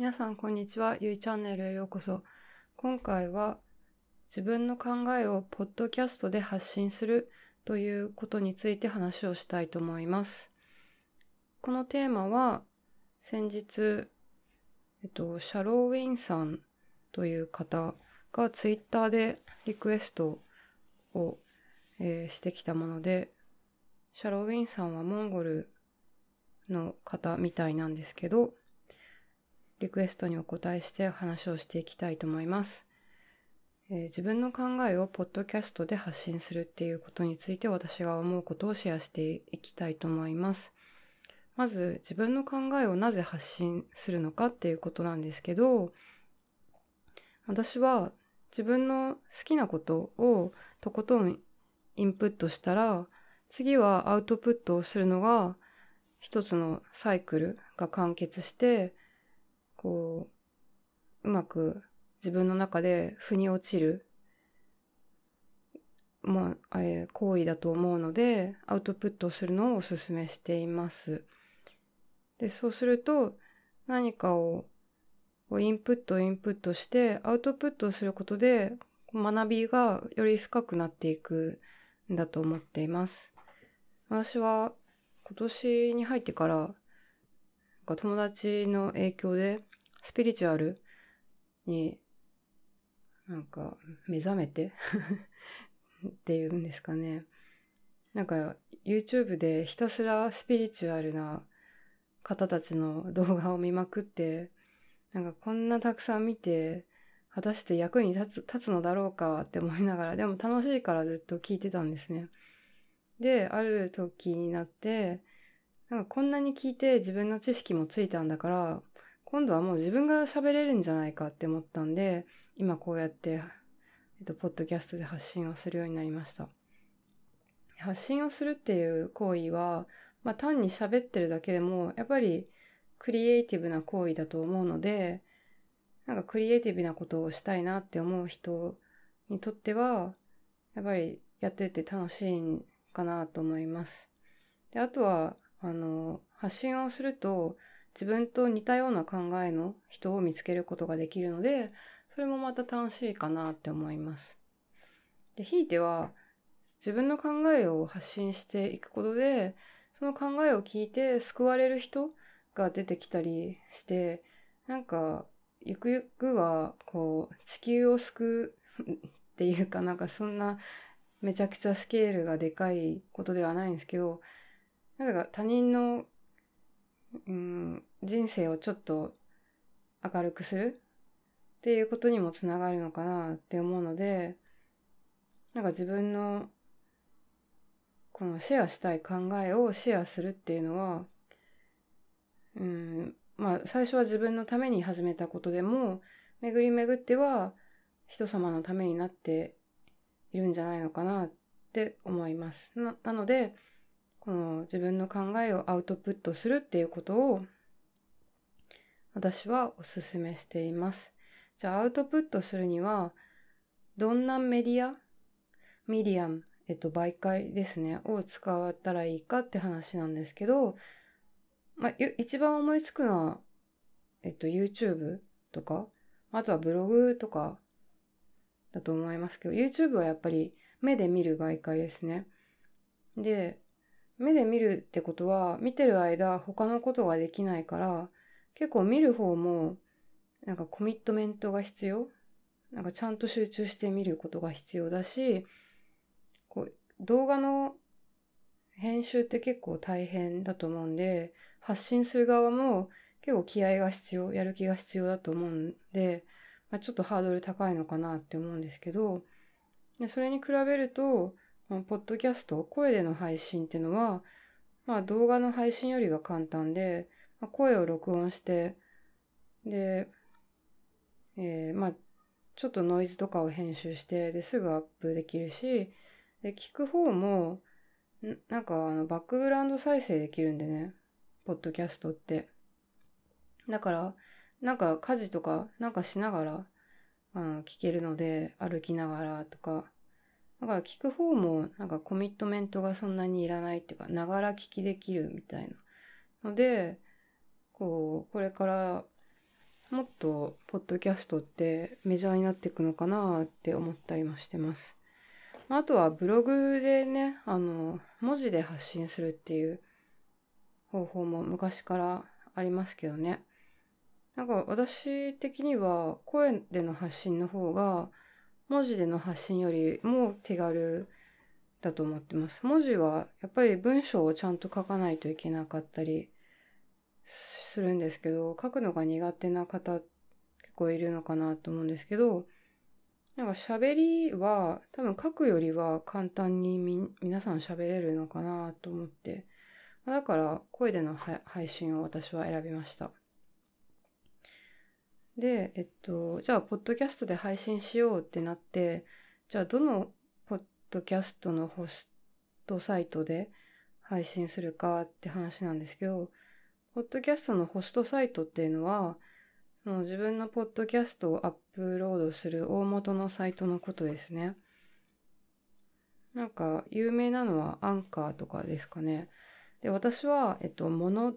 皆さんこんにちは。ゆいチャンネルへようこそ。今回は自分の考えをポッドキャストで発信するということについて話をしたいと思います。このテーマは先日、シャローウィンさんという方がツイッターでリクエストを、してきたもので、シャローウィンさんはモンゴルの方みたいなんですけど、リクエストにお答えして話をしていきたいと思います。自分の考えをポッドキャストで発信するっていうことについて私が思うことをシェアしていきたいと思います。まず自分の考えをなぜ発信するのかっていうことなんですけど、私は自分の好きなことをとことんインプットしたら、次はアウトプットをするのが一つのサイクルが完結して、うまく自分の中で腑に落ちる、行為だと思うので、アウトプットをするのをお勧めしています。で、そうすると、何かをインプットして、アウトプットをすることで、学びがより深くなっていくんだと思っています。私は今年に入ってから、友達の影響で、スピリチュアルに目覚めてっていうんですかね。YouTube でひたすらスピリチュアルな方たちの動画を見まくって、こんなたくさん見て、果たして役に立つのだろうかって思いながら、でも楽しいからずっと聞いてたんですね。で、ある時になって、こんなに聞いて自分の知識もついたんだから、今度はもう自分が喋れるんじゃないかって思ったんで、今こうやって、ポッドキャストで発信をするようになりました。発信をするっていう行為は、単に喋ってるだけでも、やっぱりクリエイティブな行為だと思うので、クリエイティブなことをしたいなって思う人にとっては、やっぱりやってて楽しいんかなと思います。で、あとは、発信をすると、自分と似たような考えの人を見つけることができるので、それもまた楽しいかなって思います。で、ひいては、自分の考えを発信していくことで、その考えを聞いて救われる人が出てきたりして、ゆくゆくは、地球を救うっていうか、そんなめちゃくちゃスケールがでかいことではないんですけど、他人の、人生をちょっと明るくするっていうことにもつながるのかなって思うので、自分のこのシェアしたい考えをシェアするっていうのは、最初は自分のために始めたことでも、巡り巡っては人様のためになっているんじゃないのかなって思います。なので、この自分の考えをアウトプットするっていうことを私はお勧めしています。じゃあアウトプットするには、どんなメディアム、媒介ですね、を使ったらいいかって話なんですけど、一番思いつくのは、YouTube とか、あとはブログとかだと思いますけど、YouTube はやっぱり目で見る媒介ですね。で、目で見るってことは、見てる間他のことができないから、結構見る方も、コミットメントが必要。ちゃんと集中して見ることが必要だし、動画の編集って結構大変だと思うんで、発信する側も結構気合が必要、やる気が必要だと思うんで、ちょっとハードル高いのかなって思うんですけど、それに比べると、ポッドキャスト、声での配信っていうのは、動画の配信よりは簡単で、声を録音して、で、ちょっとノイズとかを編集して、すぐアップできるし、で、聞く方も、バックグラウンド再生できるんでね、ポッドキャストって。だから、家事とか、しながら、聞けるので、歩きながらとか。だから聞く方も、コミットメントがそんなにいらないっていうか、ながら聞きできるみたいな。ので、これからもっとポッドキャストってメジャーになっていくのかなって思ったりもしてます。あとはブログでね、文字で発信するっていう方法も昔からありますけどね。なんか私的には声での発信の方が文字での発信よりも手軽だと思ってます。文字はやっぱり文章をちゃんと書かないといけなかったりするんですけど、書くのが苦手な方結構いるのかなと思うんですけど、なんか喋りは多分書くよりは簡単に皆さん喋れるのかなと思って、だから声での配信を私は選びました。で、じゃあポッドキャストで配信しようってなって、じゃあどのポッドキャストのホストサイトで配信するかって話なんですけど、ポッドキャストのホストサイトっていうのは、その自分のポッドキャストをアップロードする大元のサイトのことですね。なんか有名なのはアンカーとかですかね。で、私は、モノ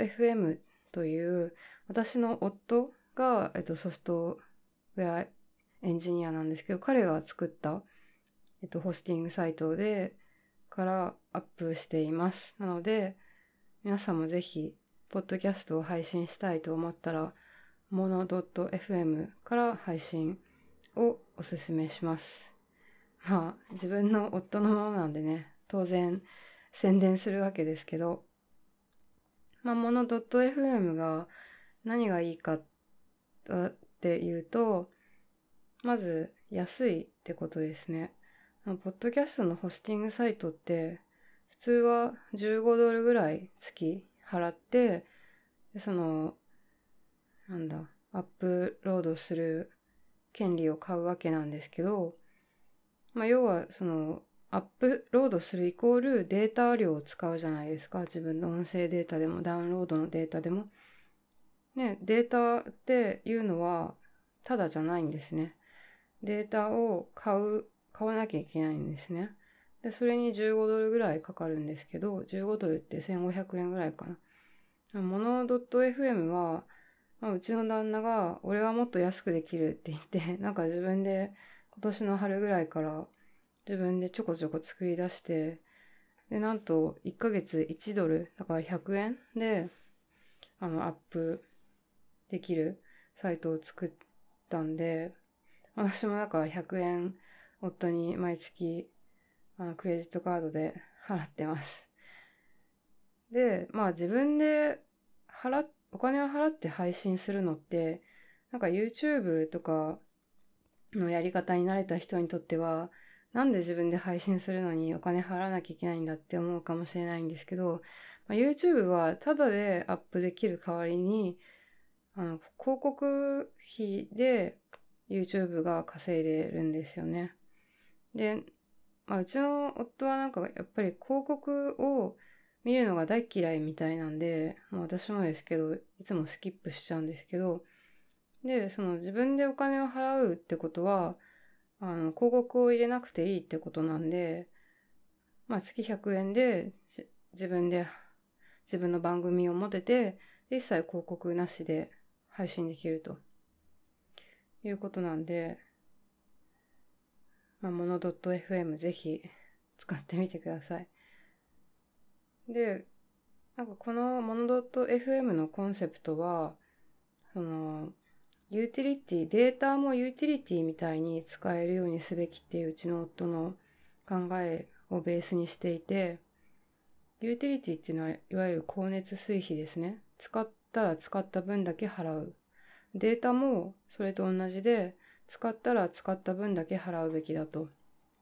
.fm という私の夫が、ソフトウェアエンジニアなんですけど、彼が作った、ホスティングサイトでからアップしています。なので、皆さんもぜひ、ポッドキャストを配信したいと思ったら、mono.fm から配信をおすすめします。まあ、自分の夫のものなんでね、当然宣伝するわけですけど、まあ、mono.fm が何がいいかっていうと、まず安いってことですね。ポッドキャストのホスティングサイトって普通は15ドルぐらい月払って、その、アップロードする権利を買うわけなんですけど、まあ、要はアップロードするイコールデータ量を使うじゃないですか。自分の音声データでもダウンロードのデータでも。ね、データっていうのはただじゃないんですね。データを買わなきゃいけないんですね。で、それに15ドルぐらいかかるんですけど、15ドルって1500円ぐらいかな。モノ .fm は、まあ、うちの旦那が、俺はもっと安くできるって言って、なんか自分で今年の春ぐらいから自分でちょこちょこ作り出して、で、なんと1ヶ月1ドル、だから100円で、アップできるサイトを作ったんで、私もだから100円夫に毎月クレジットカードで払ってます。で、まあ自分でお金を払って配信するのって、なんか YouTube とかのやり方に慣れた人にとっては、なんで自分で配信するのにお金払わなきゃいけないんだって思うかもしれないんですけど、まあ、YouTube はタダでアップできる代わりに、広告費で YouTube が稼いでるんですよね。で、まあ、うちの夫はなんかやっぱり広告を見るのが大嫌いみたいなんで、まあ、私もですけど、いつもスキップしちゃうんですけど、で、自分でお金を払うってことは、広告を入れなくていいってことなんで、まあ、月100円で自分の番組を持てて、一切広告なしで配信できるということなんで、まあ、モノ .fm ぜひ使ってみてください。で、なんかこのモノ .fm のコンセプトは、ユーティリティ、データもユーティリティみたいに使えるようにすべきっていううちの夫の考えをベースにしていて、ユーティリティっていうのはいわゆる光熱水費ですね。使ったら使った分だけ払う。データもそれと同じで、使ったら使った分だけ払うべきだと。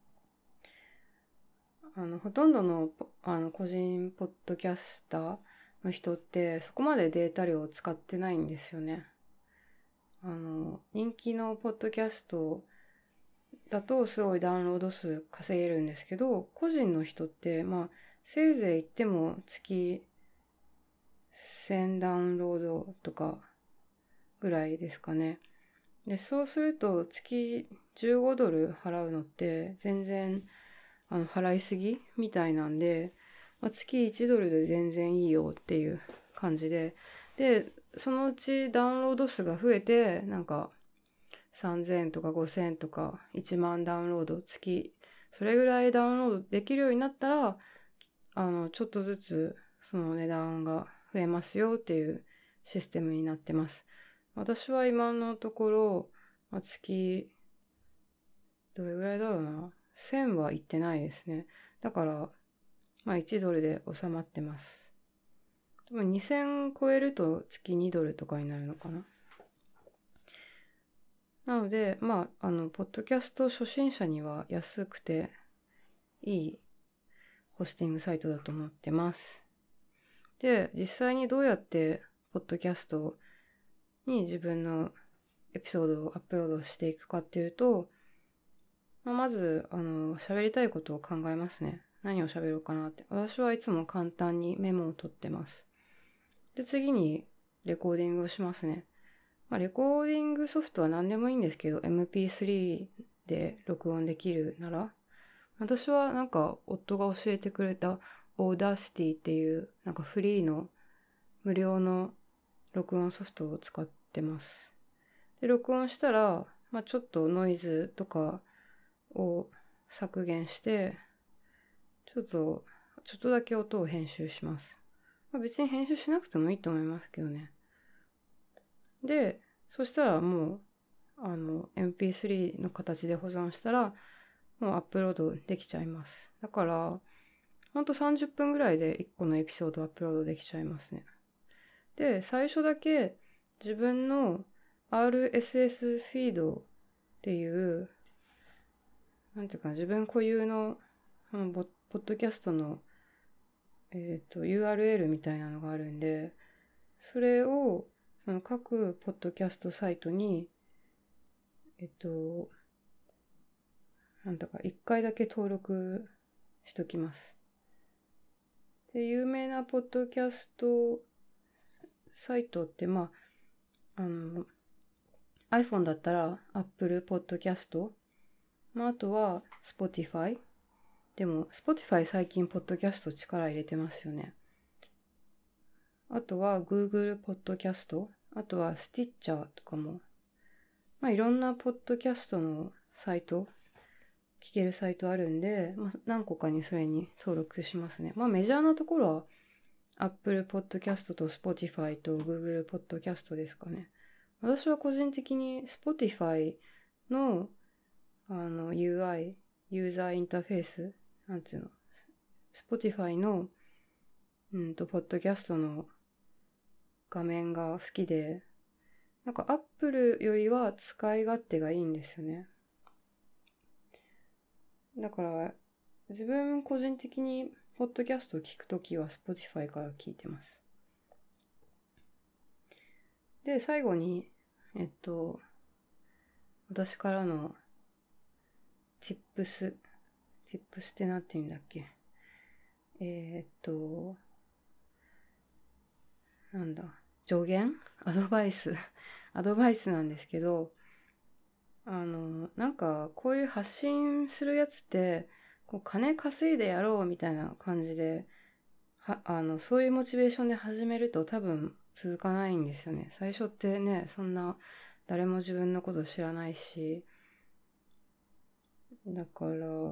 ほとんどの個人ポッドキャスターの人ってそこまでデータ量を使ってないんですよね。人気のポッドキャストだとすごいダウンロード数稼げるんですけど、個人の人って、まあ、せいぜい言っても月1000ダウンロードとかぐらいですかね。で、そうすると月15ドル払うのって全然払いすぎみたいなんで、まあ、月1ドルで全然いいよっていう感じで、で、 そのうちダウンロード数が増えて、なんか3000とか5000とか1万ダウンロード月、それぐらいダウンロードできるようになったら、ちょっとずつその値段が増えますよっていうシステムになってます。私は今のところ、月、どれぐらいだろうな。1000はいってないですね。だから、1ドルで収まってます。多分2000超えると月2ドルとかになるのかな。なので、ポッドキャスト初心者には安くていいホスティングサイトだと思ってます。で、実際にどうやってポッドキャストに自分のエピソードをアップロードしていくかっていうと、まず、喋りたいことを考えますね。何を喋ろうかなって。私はいつも簡単にメモを取ってます。で、次にレコーディングをしますね。レコーディングソフトは何でもいいんですけど、MP3 で録音できるなら、私はなんか夫が教えてくれた Audacity っていうなんかフリーの無料の録音ソフトを使ってます。で、録音したら、ちょっとノイズとかを削減して、ちょっとだけ音を編集します。別に編集しなくてもいいと思いますけどね。で、そしたらもう、MP3 の形で保存したら、もうアップロードできちゃいます。だから、ほんと30分ぐらいで1個のエピソードアップロードできちゃいますね。で、最初だけ自分の RSS フィードっていう、なんていうかな、自分固有の、ポッドキャストの、URL みたいなのがあるんで、それを、その各ポッドキャストサイトに、なんだか一回だけ登録しときます。で、有名なポッドキャストサイトって、iPhone だったら Apple Podcast、あとは Spotify。でも Spotify 最近ポッドキャスト力入れてますよね。あとは Google Podcast、あとは Stitcher とかも、いろんなポッドキャストのサイト、聞けるサイトあるんで、何個かにそれに登録しますね。メジャーなところは Apple Podcast と Spotify と Google Podcast ですかね。私は個人的に Spotify のUI、ユーザーインターフェース、なんていうの、Spotify のポッドキャストの画面が好きで、なんか Apple よりは使い勝手がいいんですよね。だから自分個人的にポッドキャストを聞くときは Spotify から聞いてます。で、最後に、私からの Tips ってなっていいんだっけ？なんだ、助言？アドバイスなんですけど、なんかこういう発信するやつって、こう金稼いでやろうみたいな感じで、そういうモチベーションで始めると多分続かないんですよね。最初ってね、そんな誰も自分のこと知らないし、だから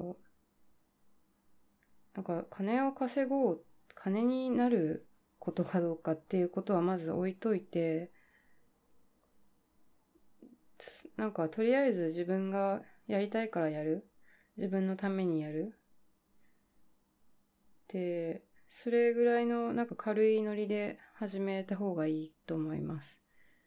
なんか金を稼ごう、金になることかどうかっていうことはまず置いといて、なんかとりあえず自分がやりたいからやる、自分のためにやるで、それぐらいのなんか軽いノリで始めた方がいいと思います。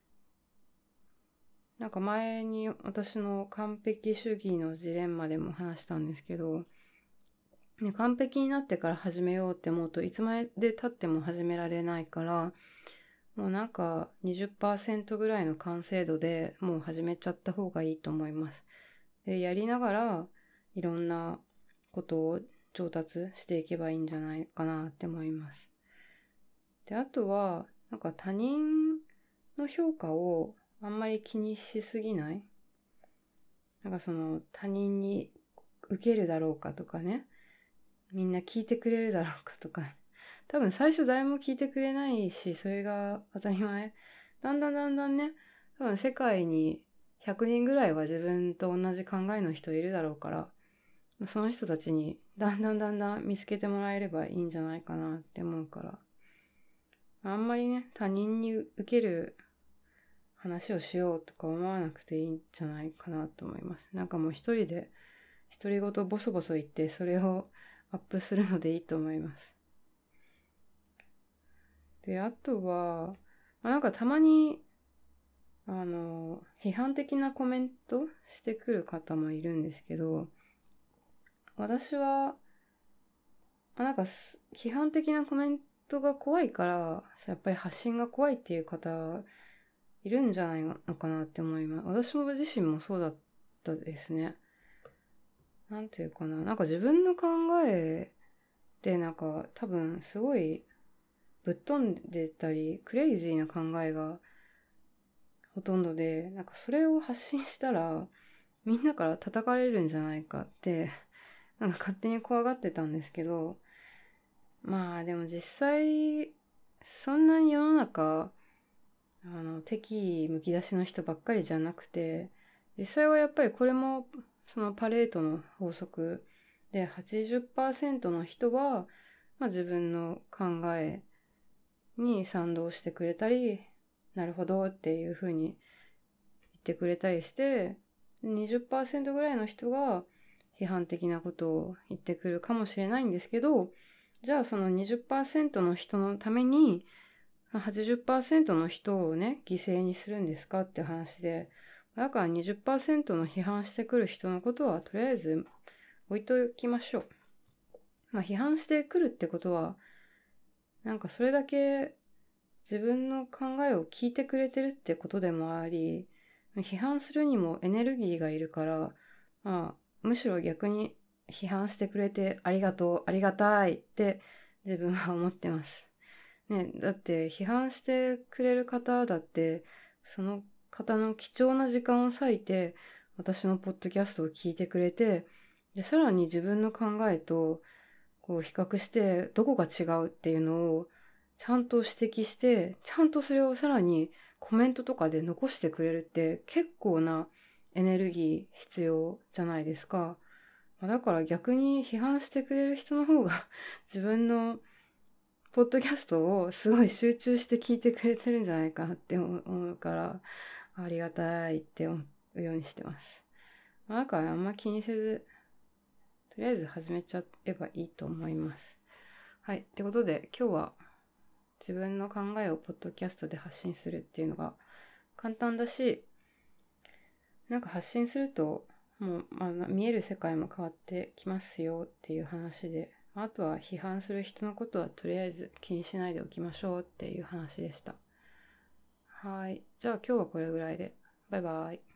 なんか前に私の完璧主義のジレンマでも話したんですけど、完璧になってから始めようって思うといつまで経っても始められないから、もうなんか 20% ぐらいの完成度でもう始めちゃった方がいいと思います。で、やりながらいろんなことを上達していけばいいんじゃないかなって思います。で、あとはなんか他人の評価をあんまり気にしすぎない。なんかその他人に受けるだろうかとかね、みんな聞いてくれるだろうかとか、多分最初誰も聞いてくれないし、それが当たり前だんだんね、多分世界に100人ぐらいは自分と同じ考えの人いるだろうから、その人たちにだんだん見つけてもらえればいいんじゃないかなって思うから、あんまりね、他人に受ける話をしようとか思わなくていいんじゃないかなと思います。なんかもう一人で独り言ボソボソ言ってそれをアップするのでいいと思います。で、あとは、なんかたまに批判的なコメントしてくる方もいるんですけど、私はなんか批判的なコメントが怖いからやっぱり発信が怖いっていう方いるんじゃないのかなって思います。私も自身もそうだったですね。なんていうかな、なんか自分の考えでなんか多分すごいぶっ飛んでたりクレイジーな考えがほとんどで、なんかそれを発信したらみんなから叩かれるんじゃないかってなんか勝手に怖がってたんですけど、まあでも実際そんなに世の中敵意むき出しの人ばっかりじゃなくて、実際はやっぱりこれもそのパレートの法則で80%の人は、自分の考えに賛同してくれたり、なるほどっていう風に言ってくれたりして、20%ぐらいの人が批判的なことを言ってくるかもしれないんですけど、じゃあその20%の人のために80% の人をね、犠牲にするんですかって話で、だから20% の批判してくる人のことはとりあえず置いときましょう。批判してくるってことは、なんかそれだけ自分の考えを聞いてくれてるってことでもあり、批判するにもエネルギーがいるから、むしろ逆に批判してくれてありがとう、ありがたいって自分は思ってます。ね、だって批判してくれる方だってその方の貴重な時間を割いて私のポッドキャストを聞いてくれて、でさらに自分の考えとこう比較してどこが違うっていうのをちゃんと指摘して、ちゃんとそれをさらにコメントとかで残してくれるって結構なエネルギー必要じゃないですか。だから逆に批判してくれる人の方が自分のポッドキャストをすごい集中して聞いてくれてるんじゃないかなって思うから、ありがたいって思うようにしてます。だからあんま気にせず、とりあえず始めちゃえばいいと思います。はい。ってことで今日は自分の考えをポッドキャストで発信するっていうのが簡単だし、なんか発信するともう、見える世界も変わってきますよっていう話で、あとは批判する人のことはとりあえず気にしないでおきましょうっていう話でした。はい。じゃあ今日はこれぐらいで。バイバイ。